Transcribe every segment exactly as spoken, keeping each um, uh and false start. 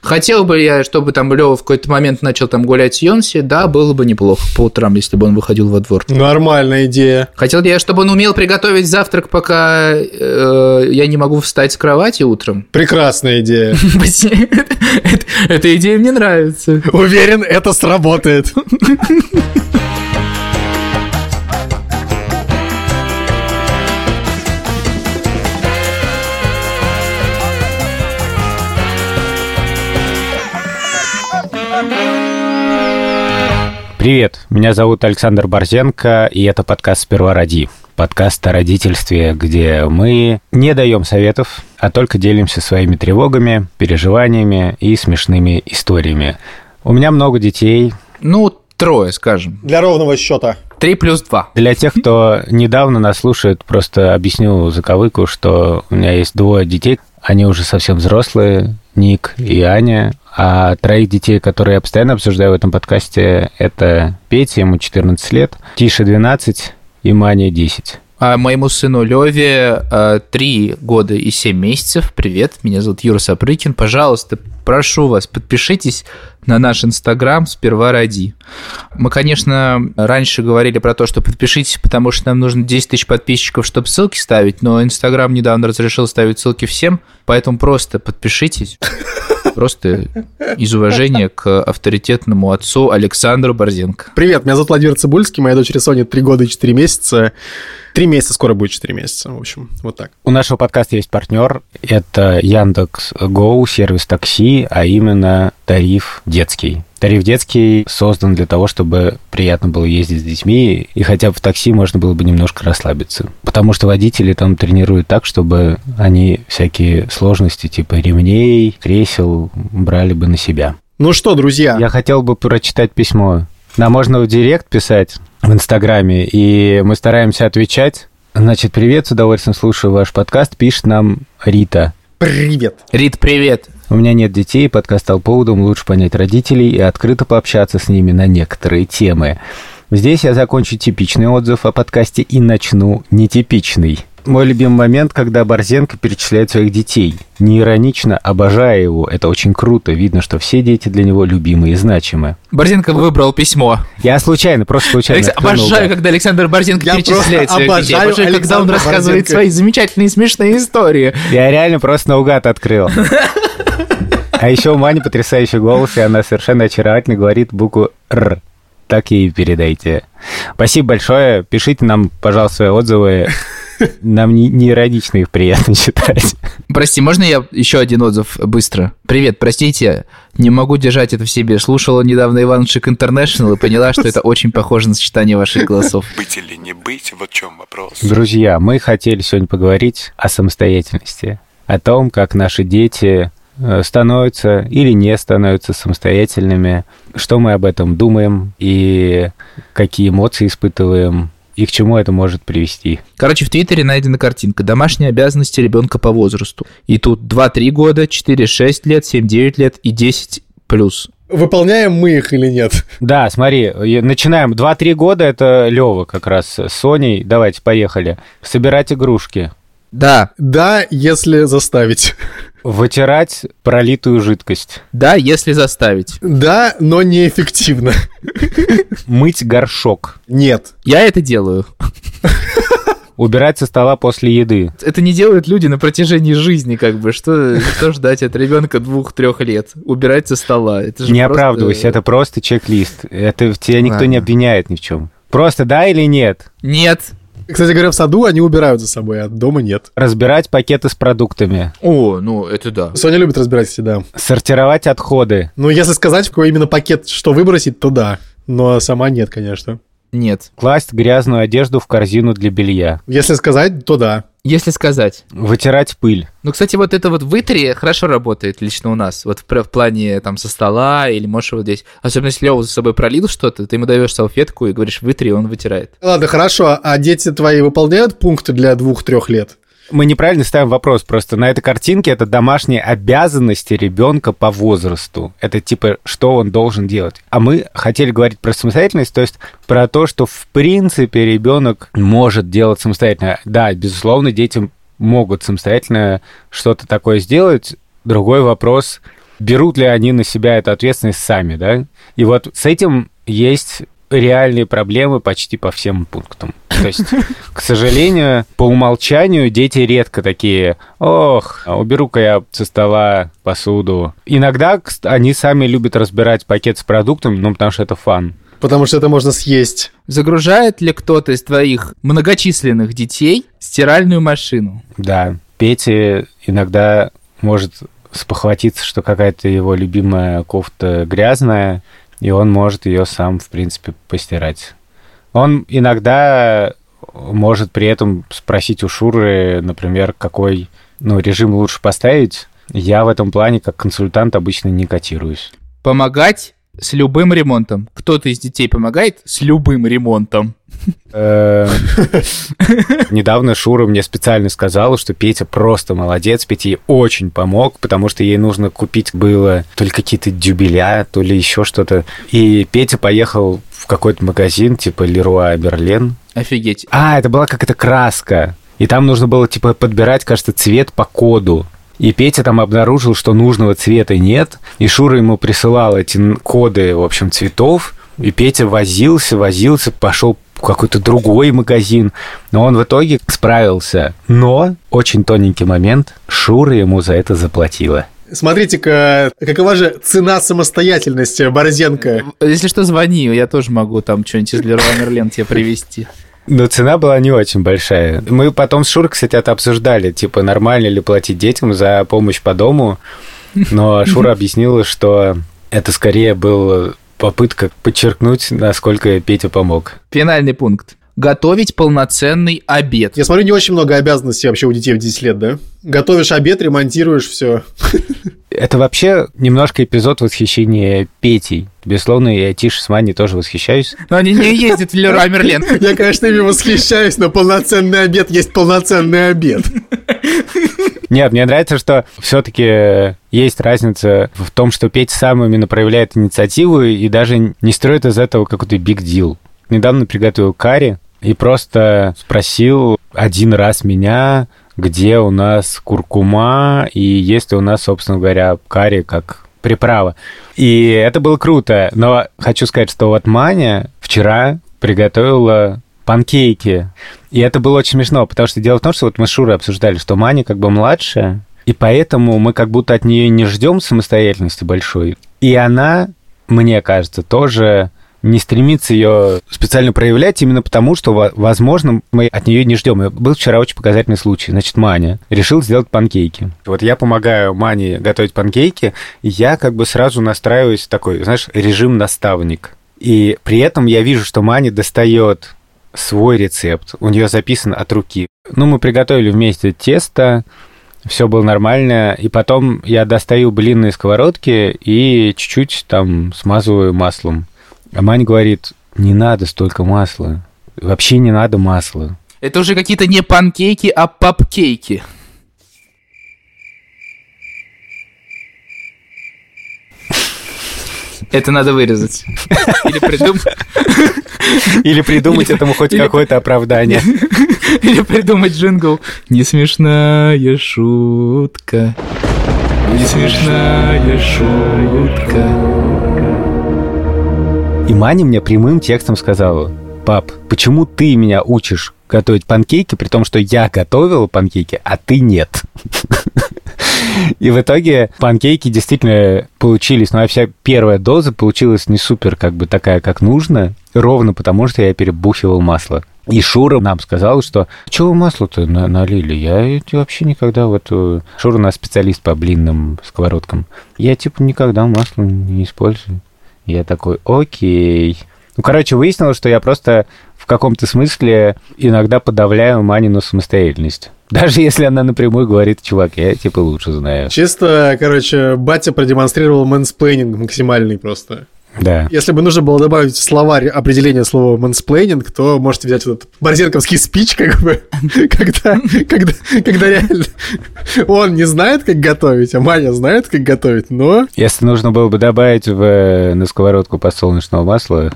Хотел бы я, чтобы там Лёва в какой-то момент начал там гулять с Йонси, да, было бы неплохо по утрам, если бы он выходил во двор. Нормальная идея. Хотел я, чтобы он умел приготовить завтрак, пока э, я не могу встать с кровати утром. Прекрасная идея. Эта идея мне нравится. Уверен, это сработает. Привет, меня зовут Александр Борзенко, и это подкаст «Сперва роди». Подкаст о родительстве, где мы не даем советов, а только делимся своими тревогами, переживаниями и смешными историями. У меня много детей. Ну, трое, скажем. Для ровного счета. Три плюс два. Для тех, кто недавно нас слушает, просто объясню заковыку, что у меня есть двое детей. Они уже совсем взрослые, Ник и Аня. А троих детей, которые я постоянно обсуждаю в этом подкасте, это Петя, ему четырнадцать лет, Тише двенадцать и Маня десять. А моему сыну Леве три года и семь месяцев. Привет, меня зовут Юра Сапрыкин. Пожалуйста, прошу вас, подпишитесь на наш Инстаграм «Сперва роди». Мы, конечно, раньше говорили про то, что подпишитесь, потому что нам нужно десять тысяч подписчиков, чтобы ссылки ставить, но Инстаграм недавно разрешил ставить ссылки всем, поэтому просто подпишитесь. Просто из уважения к авторитетному отцу Александру Борзенко. Привет, меня зовут Владимир Цибульский, моя дочери Соне три года и четыре месяца. Три месяца, скоро будет четыре месяца, в общем, вот так. У нашего подкаста есть партнер, это Яндекс.Гоу, сервис такси, а именно тариф детский. Тариф детский создан для того, чтобы приятно было ездить с детьми, и хотя бы в такси можно было бы немножко расслабиться. Потому что водители там тренируют так, чтобы они всякие сложности типа ремней, кресел брали бы на себя. Ну что, друзья? Я хотел бы прочитать письмо. Нам можно в директ писать в Инстаграме, и мы стараемся отвечать. Значит, привет, с удовольствием слушаю ваш подкаст. Пишет нам Рита. Привет. Рит, привет. У меня нет детей, подкаст стал поводом лучше понять родителей и открыто пообщаться с ними на некоторые темы. Здесь я закончу типичный отзыв о подкасте и начну нетипичный. Мой любимый момент, когда Борзенко перечисляет своих детей. Не иронично, обожаю его. Это очень круто. Видно, что все дети для него любимые и значимы. Борзенко выбрал письмо. Я случайно, просто случайно. Алекс... Обожаю, когда Александр Борзенко я перечисляет своих детей. Обожаю, Александр когда он рассказывает Борзенко. свои замечательные смешные истории. Я реально просто наугад открыл. А еще у Мани потрясающий голос, и она совершенно очаровательно говорит букву «Р». Так ей передайте. Спасибо большое. Пишите нам, пожалуйста, свои отзывы. Нам не, не иронично их приятно читать. Прости, можно я еще один отзыв быстро? Привет, простите, не могу держать это в себе. Слушала недавно Иванушек Интернешнл и поняла, что это очень похоже на сочетание ваших голосов. Быть или не быть, вот в чем вопрос. Друзья, мы хотели сегодня поговорить о самостоятельности. О том, как наши дети становятся или не становятся самостоятельными, что мы об этом думаем и какие эмоции испытываем, и к чему это может привести. Короче, в Твиттере найдена картинка «Домашние обязанности ребенка по возрасту». И тут два-три года, четыре-шесть лет, семь-девять лет и десять плюс. Выполняем мы их или нет? Да, смотри, начинаем. два-три года, это Лёва как раз с Соней. Давайте, поехали. Собирать игрушки. Да. Да, если заставить. Вытирать пролитую жидкость. Да, если заставить. Да, но неэффективно. Мыть горшок. Нет. Я это делаю. Убирать со стола после еды. Это не делают люди на протяжении жизни, как бы. Что, что ждать от ребенка двух-трех лет? Убирать со стола. Это же не просто... оправдывайся, это просто чек-лист. Это тебя никто Ладно. не обвиняет ни в чем. Просто да или нет? Нет. Кстати говоря, в саду они убирают за собой, а дома нет. Разбирать пакеты с продуктами. О, ну это да. Соня любит разбирать, кстати, да. Сортировать отходы. Ну, если сказать, какой именно пакет, что выбросить, то да. Но сама нет, конечно. Нет. Класть грязную одежду в корзину для белья. Если сказать, то да. Если сказать. Вытирать пыль. Ну, кстати, вот это вот вытри хорошо работает лично у нас. Вот в, в плане там со стола или можешь вот здесь. Особенно если Лёва за собой пролил что-то, ты ему даешь салфетку и говоришь вытри, и он вытирает. Ладно, хорошо. А дети твои выполняют пункты для двух-трех лет? Мы неправильно ставим вопрос. Просто на этой картинке это домашние обязанности ребенка по возрасту. Это типа, что он должен делать. А мы хотели говорить про самостоятельность, то есть про то, что в принципе ребенок может делать самостоятельно. Да, безусловно, дети могут самостоятельно что-то такое сделать. Другой вопрос, берут ли они на себя эту ответственность сами, да? И вот с этим есть реальные проблемы почти по всем пунктам. То есть, к сожалению, по умолчанию дети редко такие: ох, уберу-ка я со стола посуду. Иногда они сами любят разбирать пакет с продуктами, ну, потому что это фан. Потому что это можно съесть. Загружает ли кто-то из твоих многочисленных детей стиральную машину? Да. Петя иногда может спохватиться, что какая-то его любимая кофта грязная, и он может ее сам, в принципе, постирать. Он иногда может при этом спросить у Шуры, например, какой, ну, режим лучше поставить. Я в этом плане как консультант обычно не котируюсь. Помогать с любым ремонтом. Кто-то из детей помогает с любым ремонтом? Недавно Шура мне специально сказала, что Петя просто молодец, Петя ей очень помог, потому что ей нужно купить было то ли какие-то дюбеля, то ли еще что-то. И Петя поехал в какой-то магазин, типа Леруа Мерлен. Офигеть. А, это была какая-то краска. И там нужно было, типа, подбирать, кажется, цвет по коду. И Петя там обнаружил, что нужного цвета нет, и Шура ему присылал эти коды, в общем, цветов, и Петя возился, возился, пошел в какой-то другой магазин, но он в итоге справился. Но очень тоненький момент, Шура ему за это заплатила. Смотрите-ка, какова же цена самостоятельности Борзенко? Если что, звони, я тоже могу там что-нибудь из Леруа Мерлен тебе привезти. Но цена была не очень большая. Мы потом с Шурой, кстати, это обсуждали, типа, нормально ли платить детям за помощь по дому, но Шура объяснила, что это скорее была попытка подчеркнуть, насколько Петя помог. Финальный пункт. Готовить полноценный обед. Я смотрю, не очень много обязанностей вообще у детей в десять лет, да? Готовишь обед, ремонтируешь, все. Это вообще немножко эпизод восхищения Петей. Безусловно, я Тише с Маней тоже восхищаюсь. Но они не ездят в Леруа Мерлен. Я, конечно, ими восхищаюсь, но полноценный обед есть полноценный обед. Нет, мне нравится, что все-таки есть разница в том, что Петя сам именно проявляет инициативу и даже не строит из этого какой-то big deal. Недавно приготовил карри и просто спросил один раз меня, где у нас куркума и есть ли у нас, собственно говоря, карри как приправа. И это было круто, но хочу сказать, что вот Маня вчера приготовила панкейки, и это было очень смешно, потому что дело в том, что вот мы с Шурой обсуждали, что Маня как бы младшая, и поэтому мы как будто от нее не ждем самостоятельности большой. И она, мне кажется, тоже не стремится ее специально проявлять именно потому, что, возможно, мы от нее не ждем. И был вчера очень показательный случай. Значит, Маня решил сделать панкейки. Вот я помогаю Мане готовить панкейки, и я как бы сразу настраиваюсь в такой, знаешь, режим наставник. И при этом я вижу, что Маня достает свой рецепт. У нее записано от руки. Ну, мы приготовили вместе тесто, все было нормально, и потом я достаю блинные сковородки и чуть-чуть там смазываю маслом. А Маня говорит, не надо столько масла. Вообще не надо масла. Это уже какие-то не панкейки, а папкейки. Это надо вырезать. Или придумать... Или придумать этому хоть какое-то оправдание. Или придумать джингл. Не смешная шутка. Не смешная шутка. И Маня мне прямым текстом сказала: пап, почему ты меня учишь готовить панкейки, при том, что я готовила панкейки, а ты нет? И в итоге панкейки действительно получились, ну, а вся первая доза получилась не супер, как бы такая, как нужно, ровно потому, что я перебухивал масло. И Шура нам сказал, что «Чего вы масло-то налили? Я вообще никогда вот...» Шура у нас специалист по блинным сковородкам. «Я, типа, никогда масло не использую». Я такой «Окей». Ну, короче, выяснилось, что я просто в каком-то смысле иногда подавляю Манину самостоятельность. Даже если она напрямую говорит: чувак, я типа лучше знаю. Чисто, короче, батя продемонстрировал мэнсплейнинг максимальный просто. Да. Если бы нужно было добавить в словарь определение слова мэнсплейнинг, то можете взять вот этот борзенковский спич, как бы, когда, когда, когда реально он не знает, как готовить, а Маня знает, как готовить, но... Если нужно было бы добавить в, на сковородку подсолнечного масла...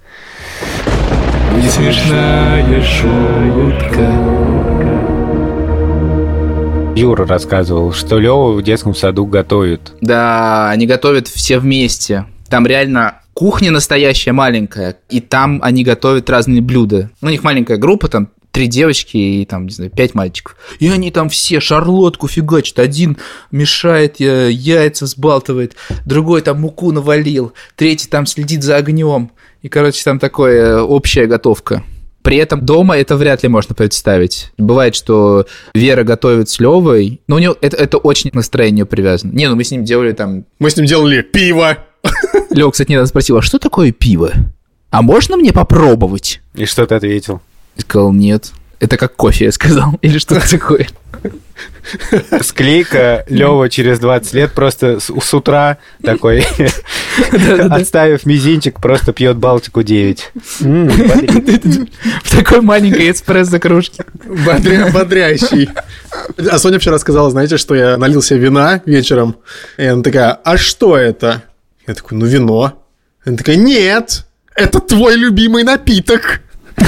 Не смешная шутка. Юра рассказывал, что Лёва в детском саду готовит. Да, они готовят все вместе. Там реально кухня настоящая маленькая, и там они готовят разные блюда. У них маленькая группа, там три девочки и там, не знаю, пять мальчиков. И они там все шарлотку фигачат. Один мешает, яйца взбалтывает, другой там муку навалил, третий там следит за огнем. И, короче, там такая общая готовка. При этом дома это вряд ли можно представить. Бывает, что Вера готовит с Левой, но у нее это, это очень к настроению привязано. Не, ну мы с ним делали там... Мы с ним делали пиво. Лева, кстати, недавно спросил, а что такое пиво? А можно мне попробовать? И что ты ответил? Я сказал, нет. Это как кофе, я сказал. Или что-то такое. Склейка Лёва через двадцать лет просто с, с утра такой, отставив мизинчик, просто пьет Балтику девять. В такой маленькой эспрессо-кружке. Бодрящий. А Соня вчера сказала, знаете, что я налил себе вина вечером. И она такая, а что это? Я такой, ну вино. Она такая, нет, это твой любимый напиток.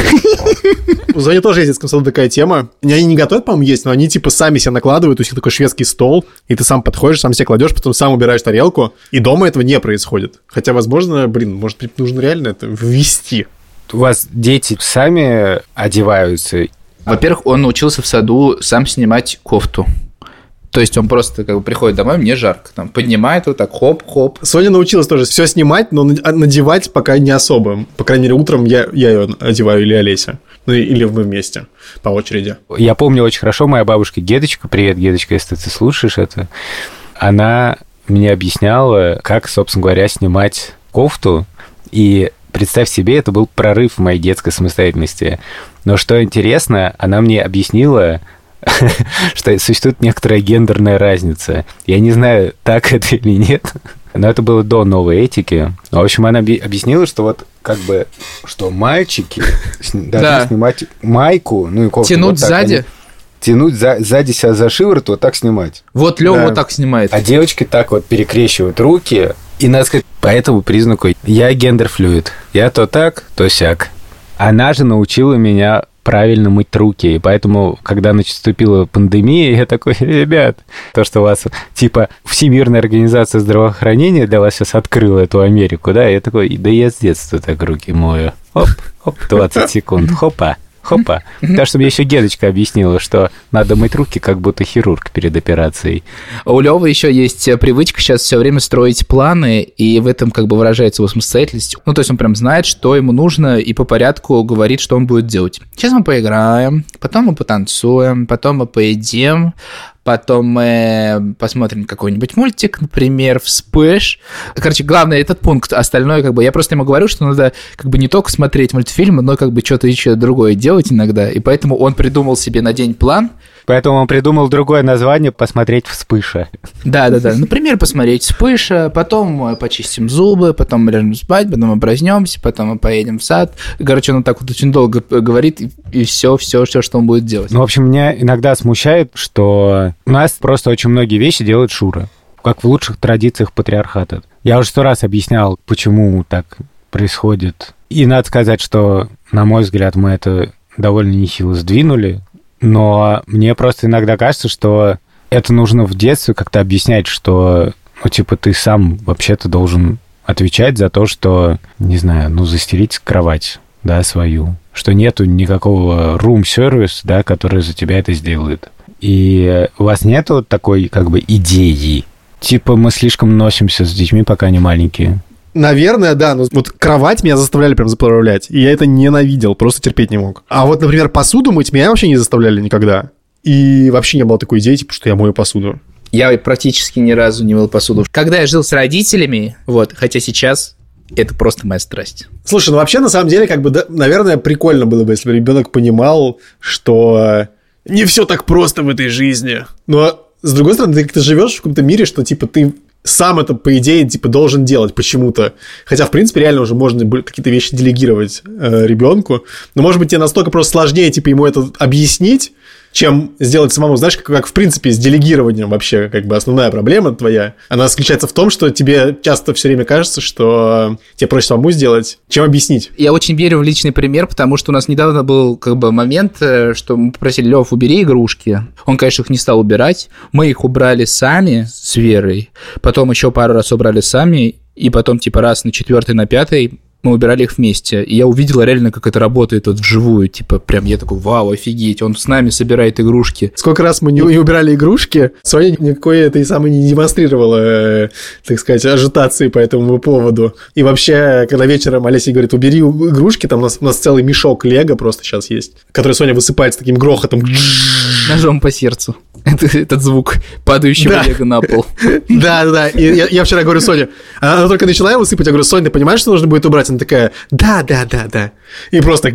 У Зони тоже есть в детском саду такая тема. Они не готовят, по-моему, есть, но они типа сами себя накладывают. У них такой шведский стол, и ты сам подходишь, сам себе кладешь, потом сам убираешь тарелку. И дома этого не происходит. Хотя, возможно, блин, может быть, нужно реально это ввести. У вас дети сами одеваются? Во-первых, он научился в саду сам снимать кофту. То есть он просто как бы приходит домой, мне жарко, там, поднимает вот так, хоп-хоп. Соня научилась тоже все снимать, но надевать пока не особо. По крайней мере, утром я, я ее одеваю или Олеся. Ну, или мы вместе, по очереди. Я помню очень хорошо, моя бабушка Гедочка, привет, Гедочка, если ты слушаешь это, она мне объясняла, как, собственно говоря, снимать кофту, и представь себе, это был прорыв в моей детской самостоятельности. Но что интересно, она мне объяснила, что существует некоторая гендерная разница. Я не знаю, так это или нет, но это было до новой этики. В общем, она объяснила, что вот как бы, что мальчики должны да. снимать майку, ну и кофту. Тянуть вот так, сзади? Они, тянуть за, сзади себя за шиворот, вот так снимать. Вот Лёва да. вот так снимает. А девочки так вот перекрещивают руки. И, надо сказать, по этому признаку я гендерфлюид. Я то так, то сяк. Она же научила меня правильно мыть руки, и поэтому, когда наступила пандемия, я такой, ребят, то, что у вас, типа, Всемирная организация здравоохранения для вас сейчас открыла эту Америку, да, я такой, да я с детства так руки мою. Оп, оп, двадцать секунд, хопа. Хопа. Так что мне еще Гедочка объяснила, что надо мыть руки, как будто хирург перед операцией. У Лёвы еще есть привычка сейчас все время строить планы, и в этом как бы выражается его самостоятельность. Ну, то есть он прям знает, что ему нужно, и по порядку говорит, что он будет делать. Сейчас мы поиграем, потом мы потанцуем, потом мы поедим, потом мы посмотрим какой-нибудь мультик, например, вспыш. Короче, главное этот пункт, остальное как бы... Я просто ему говорю, что надо как бы не только смотреть мультфильмы, но как бы что-то еще другое делать иногда. И поэтому он придумал себе на день план. Поэтому он придумал другое название «Посмотреть вспыша». Да-да-да. Например, посмотреть вспыша, потом мы почистим зубы, потом мы ляжем спать, потом мы проснемся, потом мы поедем в сад. Короче, он так вот очень долго говорит, и все, все, все, что он будет делать. Ну, в общем, меня иногда смущает, что у нас просто очень многие вещи делает Шура, как в лучших традициях патриархата. Я уже сто раз объяснял, почему так происходит. И надо сказать, что, на мой взгляд, мы это довольно нехило сдвинули, но мне просто иногда кажется, что это нужно в детстве как-то объяснять, что, ну, типа, ты сам вообще-то должен отвечать за то, что, не знаю, ну, застелить кровать, да, свою, что нету никакого room-сервис, да, который за тебя это сделает. И у вас нету такой, как бы, идеи? Типа, мы слишком носимся с детьми, пока они маленькие. Наверное, да. Но вот кровать меня заставляли прям заправлять. И я это ненавидел, просто терпеть не мог. А вот, например, посуду мыть меня вообще не заставляли никогда. И вообще не было такой идеи, типа, что я мою посуду. Я практически ни разу не мыл посуду. Когда я жил с родителями, вот, хотя сейчас это просто моя страсть. Слушай, ну вообще, на самом деле, как бы, да, наверное, прикольно было бы, если бы ребенок понимал, что не все так просто в этой жизни. Но, с другой стороны, ты как-то живешь в каком-то мире, что, типа, ты сам это, по идее, типа, должен делать почему-то. Хотя, в принципе, реально уже можно какие-то вещи делегировать э, ребенку. Но, может быть, тебе настолько просто сложнее, типа, ему это объяснить, чем сделать самому. Знаешь, как, как в принципе с делегированием вообще как бы основная проблема твоя, она заключается в том, что тебе часто все время кажется, что тебе проще самому сделать, чем объяснить. Я очень верю в личный пример, потому что у нас недавно был как бы момент, что мы попросили: Лёв, убери игрушки. Он, конечно, их не стал убирать. Мы их убрали сами с Верой, потом еще пару раз убрали сами, и потом типа раз на четвертый, на пятый мы убирали их вместе. И я увидел реально, как это работает вот вживую. Типа прям я такой: вау, офигеть, он с нами собирает игрушки. Сколько раз мы не убирали игрушки, Соня никакой этой самой не демонстрировала, так сказать, ажитации по этому поводу. И вообще, когда вечером Олеся говорит: убери игрушки, там у нас, у нас целый мешок лего просто сейчас есть, который Соня высыпает с таким грохотом. Ножом по сердцу. Этот звук падающего лего на пол. Да, да, да. И я, я вчера говорю Соне, она только начала его сыпать, я говорю: Соня, ты понимаешь, что нужно будет убрать? Она такая: да, да, да, да. И просто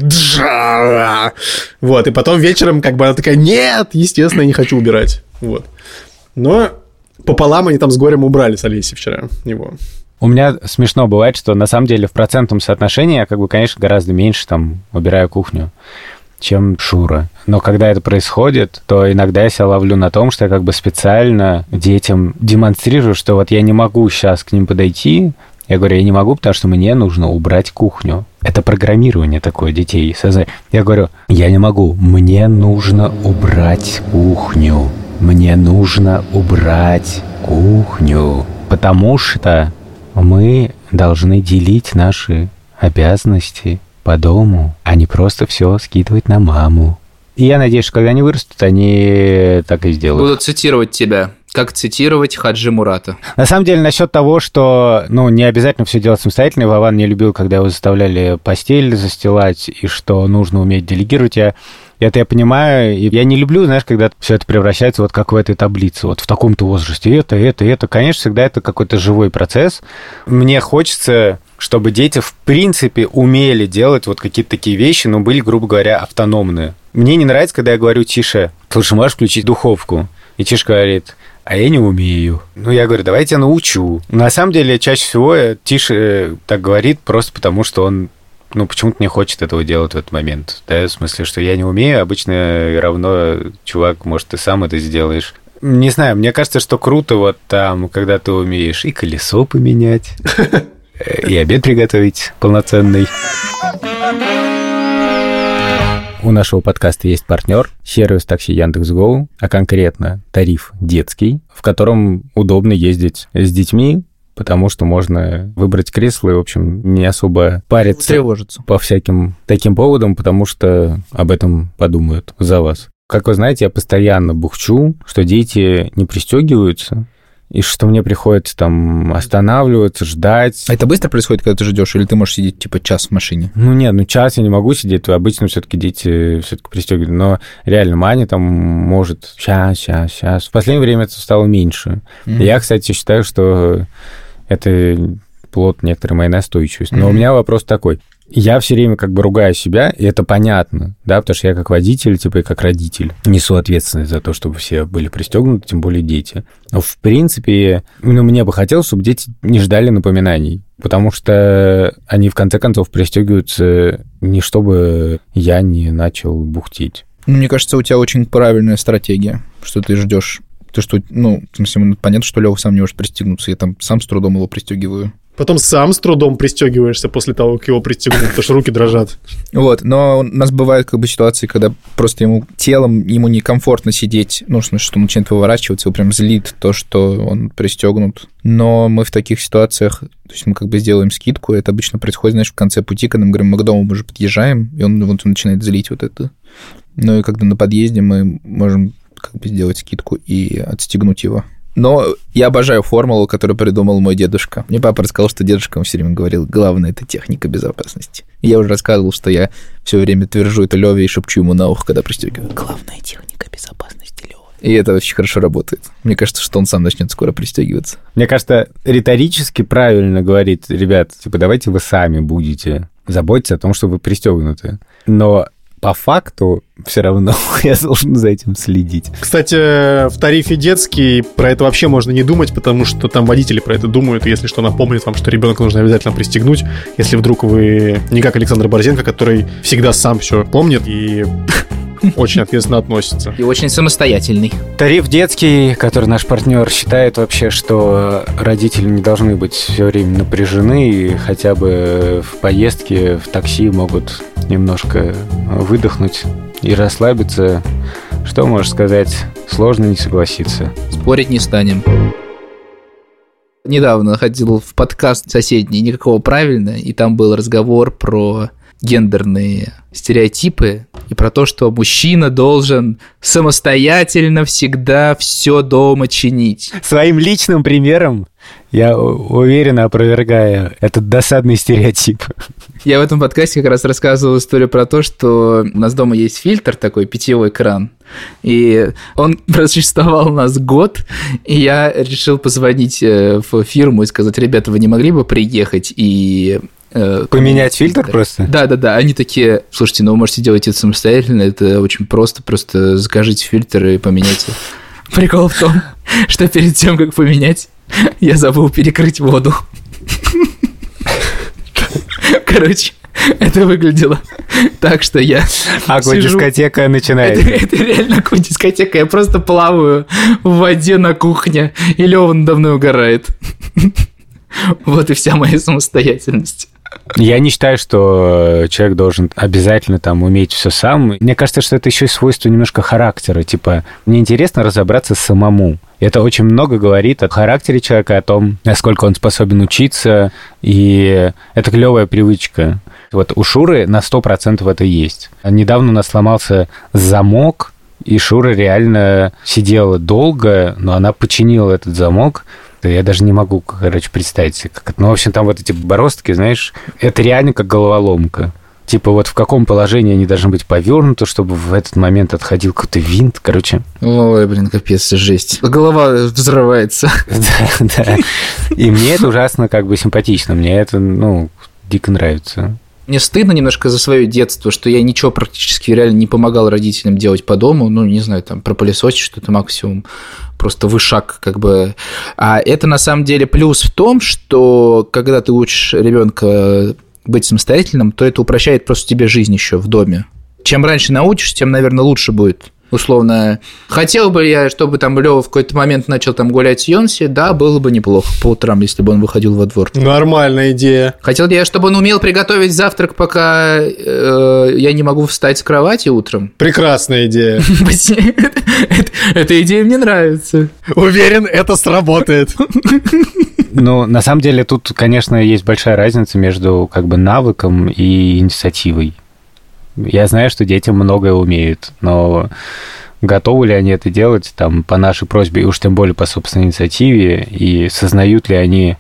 так. Вот, и потом вечером как бы она такая: нет, естественно, я не хочу убирать. Вот. Но пополам они там с горем убрали с Олесей вчера его. У меня смешно бывает, что на самом деле в процентном соотношении я, как бы, конечно, гораздо меньше там убираю кухню, чем Шура. Но когда это происходит, то иногда я себя ловлю на том, что я как бы специально детям демонстрирую, что вот я не могу сейчас к ним подойти. Я говорю: я не могу, потому что мне нужно убрать кухню. Это программирование такое детей. Я говорю: я не могу, мне нужно убрать кухню. Мне нужно убрать кухню. Потому что мы должны делить наши обязанности по дому, а не просто все скидывать на маму. И я надеюсь, что когда они вырастут, они так и сделают. Буду цитировать тебя. Как цитировать Хаджи Мурата. На самом деле, насчет того, что, ну, не обязательно все делать самостоятельно. Вован не любил, когда его заставляли постель застилать, и что нужно уметь делегировать. Я Это я понимаю, и я не люблю, знаешь, когда все это превращается вот как в этой таблице, вот в таком-то возрасте, это, это, это. Конечно, всегда это какой-то живой процесс. Мне хочется, чтобы дети, в принципе, умели делать вот какие-то такие вещи, но были, грубо говоря, автономные. Мне не нравится, когда я говорю Тише: слушай, можешь включить духовку? И Тиша говорит: а я не умею. Ну, я говорю: давай я тебя научу. На самом деле, чаще всего Тиша так говорит просто потому, что он, ну, почему-то не хочет этого делать в этот момент. Да, в смысле, что я не умею, обычно равно, чувак, может, ты сам это сделаешь. Не знаю, мне кажется, что круто вот там, когда ты умеешь и колесо поменять, и обед приготовить полноценный. У нашего подкаста есть партнер, сервис такси Яндекс.Гоу, а конкретно тариф детский, в котором удобно ездить с детьми, потому что можно выбрать кресло и, в общем, не особо париться тревожиться по всяким таким поводам, потому что об этом подумают за вас. Как вы знаете, я постоянно бухчу, что дети не пристегиваются, и что мне приходится там останавливаться, ждать. А это быстро происходит, когда ты ждешь, или ты можешь сидеть типа час в машине? Ну нет, ну час я не могу сидеть, обычно все-таки дети все-таки пристегивают, но реально Маня там может сейчас, сейчас, сейчас. В последнее время это стало меньше. Mm-hmm. Я, кстати, считаю, что это плод некоторой моей настойчивости. Но mm-hmm. у меня вопрос такой. Я все время как бы ругаю себя, и это понятно, да, потому что я как водитель, типа, и как родитель несу ответственность за то, чтобы все были пристегнуты, тем более дети. Но, в принципе, ну, мне бы хотелось, чтобы дети не ждали напоминаний, потому что они, в конце концов, пристегиваются не чтобы я не начал бухтеть. Мне кажется, у тебя очень правильная стратегия, что ты ждешь. Ты что, ну, в смысле, понятно, что Лёва сам не может пристегнуться, я там сам с трудом его пристегиваю. Потом сам с трудом пристегиваешься после того, как его пристегнут, потому что руки дрожат. Вот, но у нас бывают как бы ситуации, когда просто ему телом, ему некомфортно сидеть, ну, в смысле, что он начинает выворачиваться, его прям злит то, что он пристегнут. Но мы в таких ситуациях, то есть мы как бы сделаем скидку, это обычно происходит, знаешь, в конце пути, когда мы говорим: мы к дому уже подъезжаем, и он вот начинает злить вот это. Ну и когда на подъезде мы можем как бы сделать скидку и отстегнуть его. Но я обожаю формулу, которую придумал мой дедушка. Мне папа рассказал, что дедушка ему все время говорил: главное — это техника безопасности. И я уже рассказывал, что я все время твержу это Лёве и шепчу ему на ухо, когда пристегиваю: главная техника безопасности, Лёва. И это очень хорошо работает. Мне кажется, что он сам начнет скоро пристегиваться. Мне кажется, риторически правильно говорит: ребят, типа, давайте вы сами будете заботиться о том, что вы пристегнуты. Но по факту все равно я должен за этим следить. Кстати, в тарифе детский про это вообще можно не думать, потому что там водители про это думают, и если что, напомнят вам, что ребенка нужно обязательно пристегнуть, если вдруг вы не как Александр Борзенко, который всегда сам все помнит и Очень ответственно относится. И очень самостоятельный. Тариф детский, который наш партнер считает вообще, что родители не должны быть все время напряжены, и хотя бы в поездке, в такси могут немножко выдохнуть и расслабиться. Что можешь сказать? Сложно не согласиться. Спорить не станем. Недавно ходил в подкаст соседний «Никакого правильно», и там был разговор про гендерные стереотипы и про то, что мужчина должен самостоятельно всегда все дома чинить. Своим личным примером я уверенно опровергаю этот досадный стереотип. Я в этом подкасте как раз рассказывал историю про то, что у нас дома есть фильтр такой, питьевой кран, и он просуществовал у нас год, и я решил позвонить в фирму и сказать: ребята, вы не могли бы приехать и... Поменять фильтр просто? Да-да-да, они такие: слушайте, ну вы можете делать это самостоятельно, это очень просто, просто закажите фильтр и поменяйте. Прикол в том, что перед тем, как поменять, я забыл перекрыть воду. Короче, это выглядело так, что я Огонь, сижу... дискотека начинается. Это, это реально огонь, дискотека. Я просто плаваю в воде на кухне, и Лёва надо мной угорает. Вот и вся моя самостоятельность. Я не считаю, что человек должен обязательно там уметь все сам. Мне кажется, что это еще и свойство немножко характера. Типа, мне интересно разобраться самому. Это очень много говорит о характере человека, о том, насколько он способен учиться, и это клевая привычка. Вот у Шуры на сто процентов это есть. Недавно у нас сломался замок, и Шура реально сидела долго, но она починила этот замок. Я даже не могу, короче, представить себе, как это. Ну, в общем, там вот эти бороздки, знаешь, это реально как головоломка. Типа вот в каком положении они должны быть повернуты, чтобы в этот момент отходил какой-то винт, короче. Ой, блин, капец, жесть. Голова взрывается. Да, да. И мне это ужасно как бы симпатично. Мне это, ну, дико нравится. Мне стыдно немножко за свое детство, что я ничего практически реально не помогал родителям делать по дому. Ну, не знаю, там, пропылесосить что-то максимум. Просто вышаг, как бы. А это, на самом деле, плюс в том, что когда ты учишь ребенка быть самостоятельным, то это упрощает просто тебе жизнь еще в доме. Чем раньше научишь, тем, наверное, лучше будет. Условно, хотел бы я, чтобы там Лёва в какой-то момент начал там гулять с Йонси, да, было бы неплохо по утрам, если бы он выходил во двор. Нормальная идея. Хотел бы я, чтобы он умел приготовить завтрак, пока э, я не могу встать с кровати утром. Прекрасная идея. Эта идея мне нравится. Уверен, это сработает. Ну, на самом деле, тут, конечно, есть большая разница между как бы навыком и инициативой. Я знаю, что дети многое умеют, но готовы ли они это делать там по нашей просьбе, и уж тем более по собственной инициативе, и сознают ли они,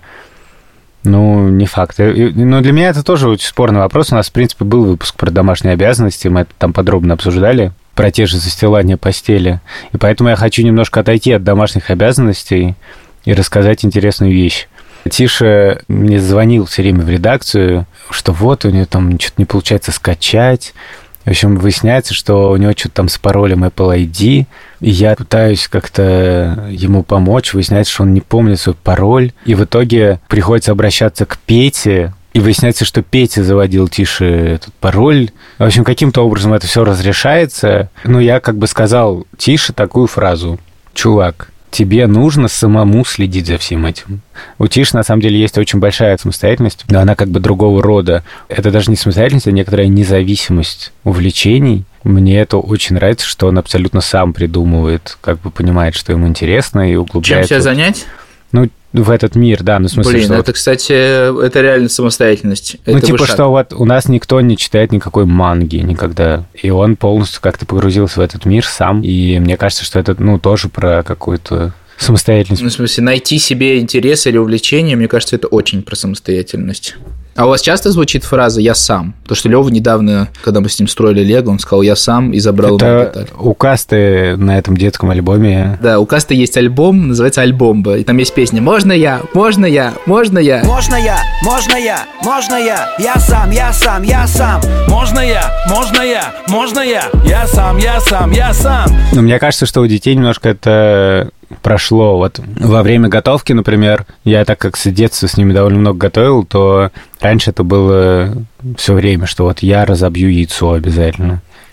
ну, не факт. Но для меня это тоже очень спорный вопрос. У нас, в принципе, был выпуск про домашние обязанности, мы это там подробно обсуждали, про те же застилания постели. И поэтому я хочу немножко отойти от домашних обязанностей и рассказать интересную вещь. Тиша мне звонил все время в редакцию, что вот у нее там что-то не получается скачать. В общем, выясняется, что у него что-то там с паролем Apple ай ди, и я пытаюсь как-то ему помочь. Выясняется, что он не помнит свой пароль, и в итоге приходится обращаться к Пете, и выясняется, что Петя заводил Тише этот пароль. В общем, каким-то образом это все разрешается. Но я как бы сказал Тише такую фразу: «Чувак, тебе нужно самому следить за всем этим». У Тиши, на самом деле, есть очень большая самостоятельность, но она как бы другого рода. Это даже не самостоятельность, а некоторая независимость увлечений. Мне это очень нравится, что он абсолютно сам придумывает, как бы понимает, что ему интересно, и углубляется. Чем себя занять? Ну, в этот мир, да. Ну, в смысле, Блин, что это, вот... кстати, это реально самостоятельность. Ну, это типа, вышаг. что вот у нас никто не читает никакой манги никогда. И он полностью как-то погрузился в этот мир сам. И мне кажется, что это, ну, тоже про какую-то самостоятельность. Ну, в смысле, найти себе интерес или увлечение, мне кажется, это очень про самостоятельность. А у вас часто звучит фраза «я сам»? Потому что Лёва недавно, когда мы с ним строили Лего, он сказал «я сам» и забрал это деталь. У Касты на этом детском альбоме. Да, у Касты есть альбом, называется «Альбомба», и там есть песня «Можно я? Можно я? Можно я?» Можно я? Можно я? Можно я? Я сам, я сам, я сам. Можно я? Можно я? Можно я? Я сам, я сам, я сам. Ну, мне кажется, что у детей немножко это прошло. Вот во время готовки, например, я так как с детства с ними довольно много готовил, то раньше это было все время, что вот я разобью яйцо обязательно.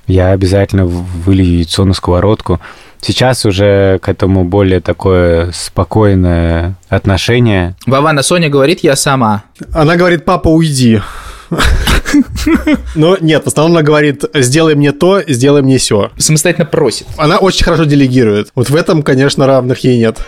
Я обязательно вылью яйцо на сковородку. Сейчас уже к этому более такое спокойное отношение. Вована, Соня говорит, я сама. Она говорит, папа, уйди. Но нет, в основном она говорит, сделай мне то, сделай мне сё. Самостоятельно просит. Она очень хорошо делегирует. Вот в этом, конечно, равных ей нет.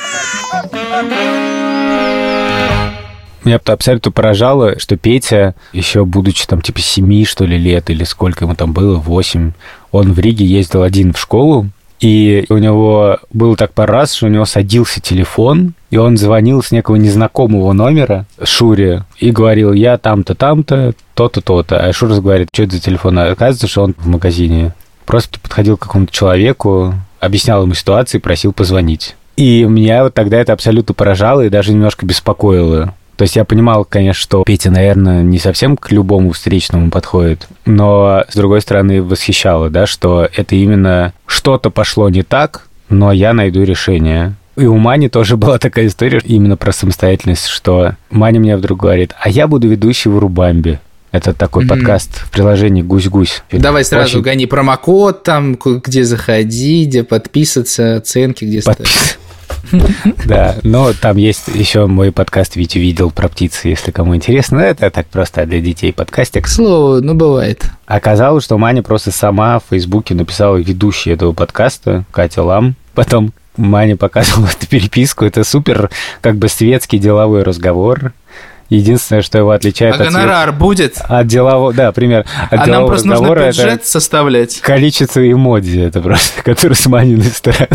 Меня абсолютно поражало, что Петя, еще будучи там типа семи, что ли, лет, или сколько ему там было, восемь, он в Риге ездил один в школу, и у него было так пару раз, что у него садился телефон, и он звонил с некого незнакомого номера Шуре и говорил, я там-то, там-то, то-то, то-то. А Шура говорит, что это за телефон? А оказывается, что он в магазине. Просто подходил к какому-то человеку, объяснял ему ситуацию и просил позвонить. И меня вот тогда это абсолютно поражало и даже немножко беспокоило. То есть я понимал, конечно, что Петя, наверное, не совсем к любому встречному подходит, но, с другой стороны, восхищало, да, что это именно что-то пошло не так, но я найду решение. И у Мани тоже была такая история именно про самостоятельность, что Маня мне вдруг говорит, а я буду ведущей в Урубамбе. Это такой mm-hmm. подкаст в приложении «Гусь-гусь». Давай сразу Очень... гони промокод, там, где заходи, где подписываться, оценки, где ставить. Да, но там есть еще мой подкаст «Витя видел» про птицы, если кому интересно. Это так просто для детей подкастик. К слову, ну бывает. Оказалось, что Маня просто сама в Фейсбуке написала ведущей этого подкаста, Катя Лам. Потом Маня показывала эту переписку. Это супер как бы светский деловой разговор. Единственное, что его отличает а от... гонорар свет... будет? От делового... Да, пример. От а нам просто нужно бюджет это составлять. Количество эмодзи, это просто, которые с Маниной стороны.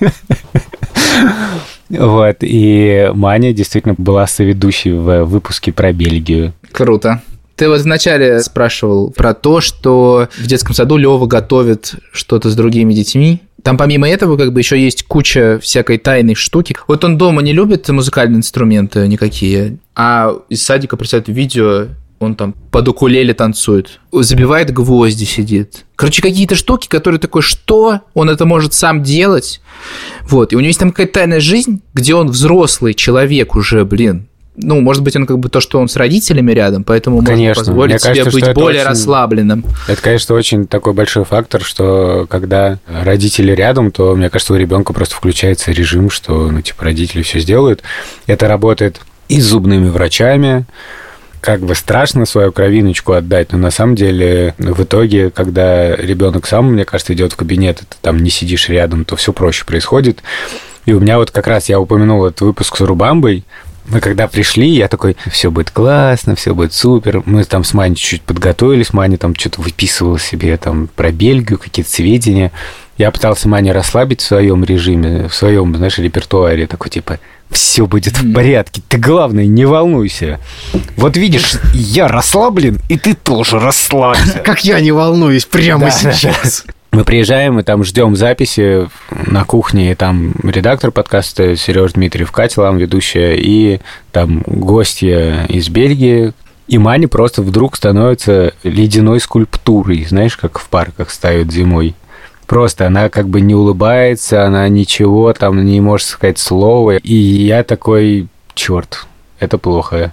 Вот, и Маня действительно была соведущей в выпуске про Бельгию. Круто. Ты вот вначале спрашивал про то, что в детском саду Лёва готовит что-то с другими детьми. Там помимо этого как бы еще есть куча всякой тайной штуки. Вот он дома не любит музыкальные инструменты никакие, а из садика присылают видео, он там под укулеле танцует, забивает гвозди, сидит. Короче, какие-то штуки, которые такой, что? Он это может сам делать. Вот, и у него есть там какая-то тайная жизнь, где он взрослый человек уже, блин. Ну, может быть, он как бы то, что он с родителями рядом, поэтому конечно. Может позволить себе кажется, быть более очень, расслабленным. Это, конечно, очень такой большой фактор, что когда родители рядом, то, мне кажется, у ребенка просто включается режим, что, ну, типа, родители все сделают. Это работает и с зубными врачами. Как бы страшно свою кровиночку отдать, но на самом деле в итоге, когда ребенок сам, мне кажется, идет в кабинет, и ты там не сидишь рядом, то все проще происходит. И у меня вот как раз я упомянул этот выпуск с Урубамбой. Мы когда пришли, я такой, все будет классно, все будет супер. Мы там с Маней чуть-чуть подготовились, Маня там что-то выписывала себе там про Бельгию, какие-то сведения. Я пытался Маню расслабить в своем режиме, в своем, знаешь, репертуаре, такой типа, все будет в порядке, ты, главное, не волнуйся. Вот видишь, я расслаблен, и ты тоже расслабься. Как я не волнуюсь прямо сейчас. Мы приезжаем, и там ждем записи на кухне, и там редактор подкаста Сереж Дмитриев, Катя Лам, ведущая, и там гостья из Бельгии. И Маня просто вдруг становится ледяной скульптурой, знаешь, как в парках ставят зимой. Просто она как бы не улыбается, она ничего там не может сказать слова. И я такой, черт, это плохо.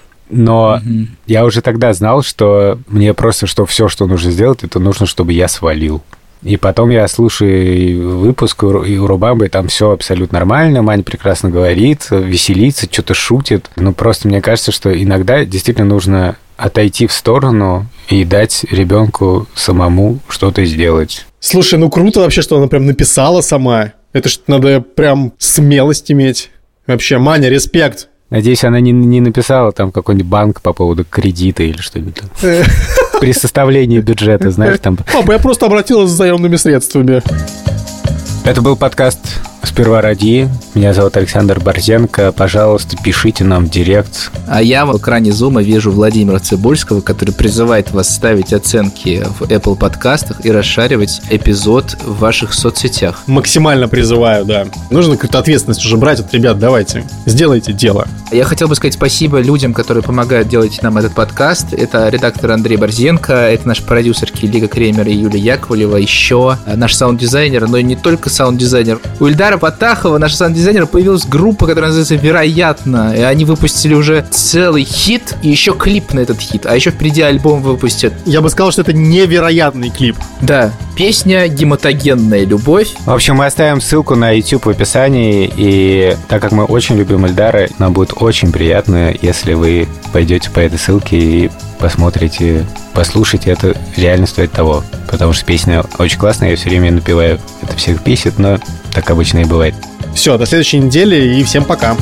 Но mm-hmm. я уже тогда знал, что мне просто, что все, что нужно сделать, это нужно, чтобы я свалил. И потом я слушаю выпуск, и у Урубамбы там все абсолютно нормально, Маня прекрасно говорит, веселится, что-то шутит. Ну, просто мне кажется, что иногда действительно нужно отойти в сторону и дать ребенку самому что-то сделать. Слушай, ну круто вообще, что она прям написала сама. Это ж надо прям смелость иметь. Вообще, Маня, респект. Надеюсь, она не, не написала там какой-нибудь банк по поводу кредита или что-нибудь. При составлении бюджета, знаешь, там... Папа, я просто обратилась за заемными средствами. Это был подкаст «Сперва ради». Меня зовут Александр Борзенко. Пожалуйста, пишите нам в директ. А я в экране Зума вижу Владимира Цибульского, который призывает вас ставить оценки в Apple подкастах и расшаривать эпизод в ваших соцсетях. Максимально призываю, да. Нужно какую-то ответственность уже брать. Вот, ребят, давайте, сделайте дело. Я хотел бы сказать спасибо людям, которые помогают делать нам этот подкаст. Это редактор Андрей Борзенко, это наши продюсерки Лига Кремер и Юлия Яковлева, еще наш саунд-дизайнер, но и не только саунд-дизайнер. У Ильдара Ильдара Батахова, нашего саунд-дизайнера, появилась группа, которая называется «Вероятно». И они выпустили уже целый хит и еще клип на этот хит. А еще впереди альбом выпустят. Я бы сказал, что это невероятный клип. Да, песня «Гематогенная любовь». В общем, мы оставим ссылку на YouTube в описании, и так как мы очень любим Ильдара, нам будет очень приятно, если вы пойдете по этой ссылке и посмотрите, послушайте, это реально стоит того, потому что песня очень классная, я все время напеваю, это всех бесит, но так обычно и бывает. Все, до следующей недели и всем пока.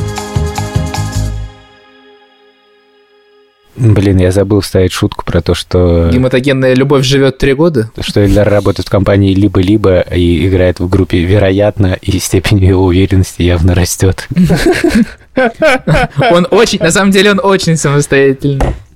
Блин, я забыл вставить шутку про то, что... Гематогенная любовь живет три года. Что Ильдар работает в компании «Либо-либо» и играет в группе «Вероятно», и степень его уверенности явно растет. Он очень, на самом деле, он очень самостоятельный.